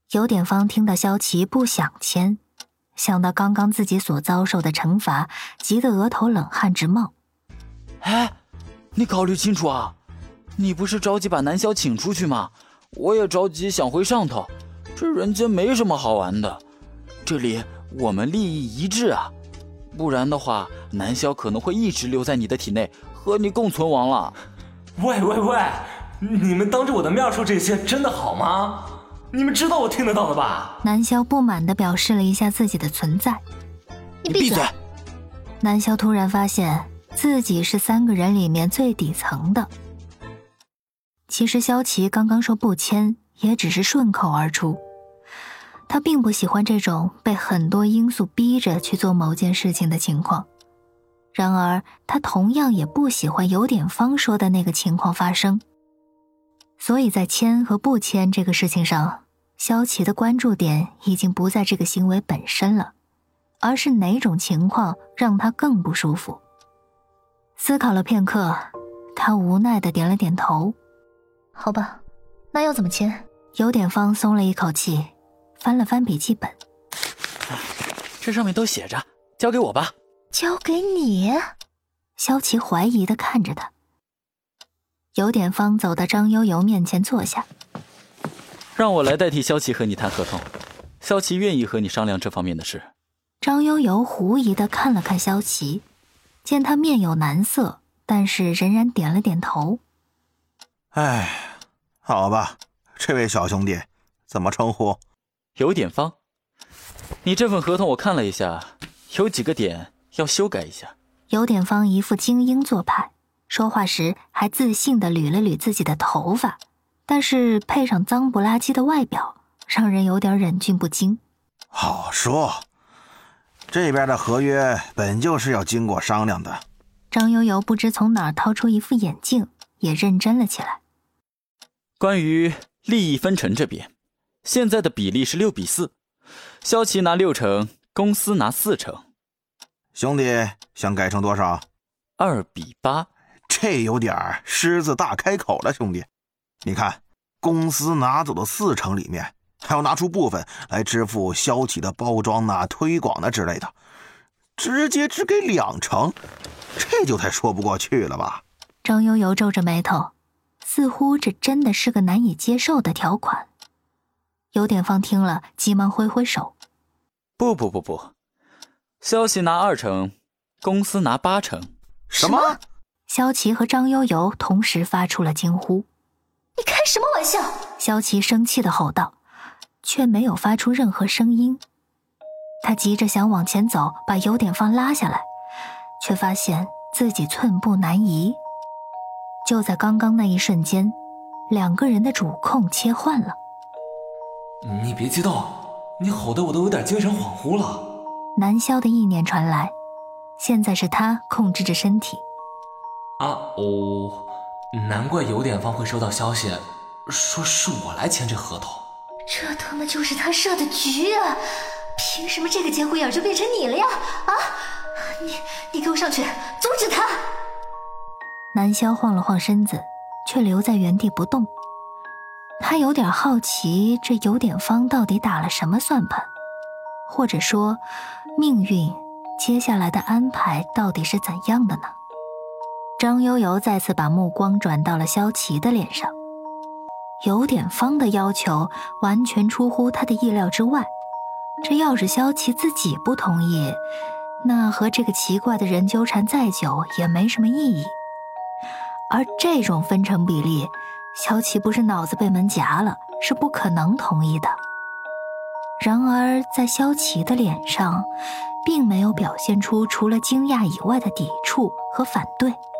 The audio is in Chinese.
有点方听到萧琪不想签，想到刚刚自己所遭受的惩罚，急得额头冷汗直冒。 哎，你考虑清楚啊！你不是着急把南萧请出去吗？我也着急想回上头，这人间没什么好玩的，这里我们利益一致啊，不然的话，南萧可能会一直留在你的体内，和你共存亡了。 喂，你们当着我的面说这些真的好吗？你们知道我听得到的吧？ 南萧不满地表示了一下自己的存在。 你闭嘴！ 南萧突然发现自己是3个人里面最底层的。其实萧琪刚刚说不签，也只是顺口而出。他并不喜欢这种被很多因素逼着去做某件事情的情况。然而，他同样也不喜欢有点方说的那个情况发生。所以在签和不签这个事情上，萧琪的关注点已经不在这个行为本身了，而是哪种情况让他更不舒服。思考了片刻，他无奈地点了点头。好吧，那要怎么签？有点方松了一口气，翻了翻笔记本。 这上面都写着，交给我吧。 交给你？萧琪怀疑地看着他。有点方走到张悠悠面前坐下。 让我来代替萧琪和你谈合同，萧琪愿意和你商量这方面的事。 张悠悠狐疑地看了看萧琪，见他面有难色，但是仍然点了点头。 哎，好吧，这位小兄弟怎么称呼？ 有点方。你这份合同我看了一下，有几个点要修改一下。 有点方一副精英做派，说话时还自信地捋了捋自己的头发，但是配上脏不拉几的外表，让人有点忍俊不禁。 好说，这边的合约本就是要经过商量的。 张悠悠不知从哪儿掏出一副眼镜，也认真了起来。 关于利益分成这边，现在的比例是6比4，萧琪拿6成，公司拿4成。 兄弟想改成多少 ？2比8。 这有点狮子大开口了，兄弟。你看，公司拿走的4成里面，还要拿出部分来支付萧琪的包装推广之类的，直接只给2成，这就太说不过去了吧？ 张悠悠皱着眉头，似乎这真的是个难以接受的条款。有点方听了，急忙挥挥手。 不，萧琪拿2成，公司拿8成。 什么？ 萧琪和张悠悠同时发出了惊呼。 你开什么玩笑？ 萧琪生气地吼道，却没有发出任何声音。他急着想往前走，把有点方拉下来，却发现自己寸步难移。就在刚刚那一瞬间，2个人的主控切换了。 你别激动，你吼得我都有点精神恍惚了。 南萧的意念传来，现在是他控制着身体。 难怪有点方会收到消息，说是我来签这合同。 这他妈就是他设的局啊！凭什么这个节骨眼就变成你了呀？啊！你给我上去，阻止他！ 南萧晃了晃身子，却留在原地不动。他有点好奇，这有点方到底打了什么算盘，或者说，命运接下来的安排到底是怎样的呢？张悠悠再次把目光转到了萧琪的脸上。有点方的要求完全出乎他的意料之外，这要是萧琪自己不同意，那和这个奇怪的人纠缠再久也没什么意义。而这种分成比例，萧琪不是脑子被门夹了，是不可能同意的。然而在萧琪的脸上并没有表现出除了惊讶以外的抵触和反对。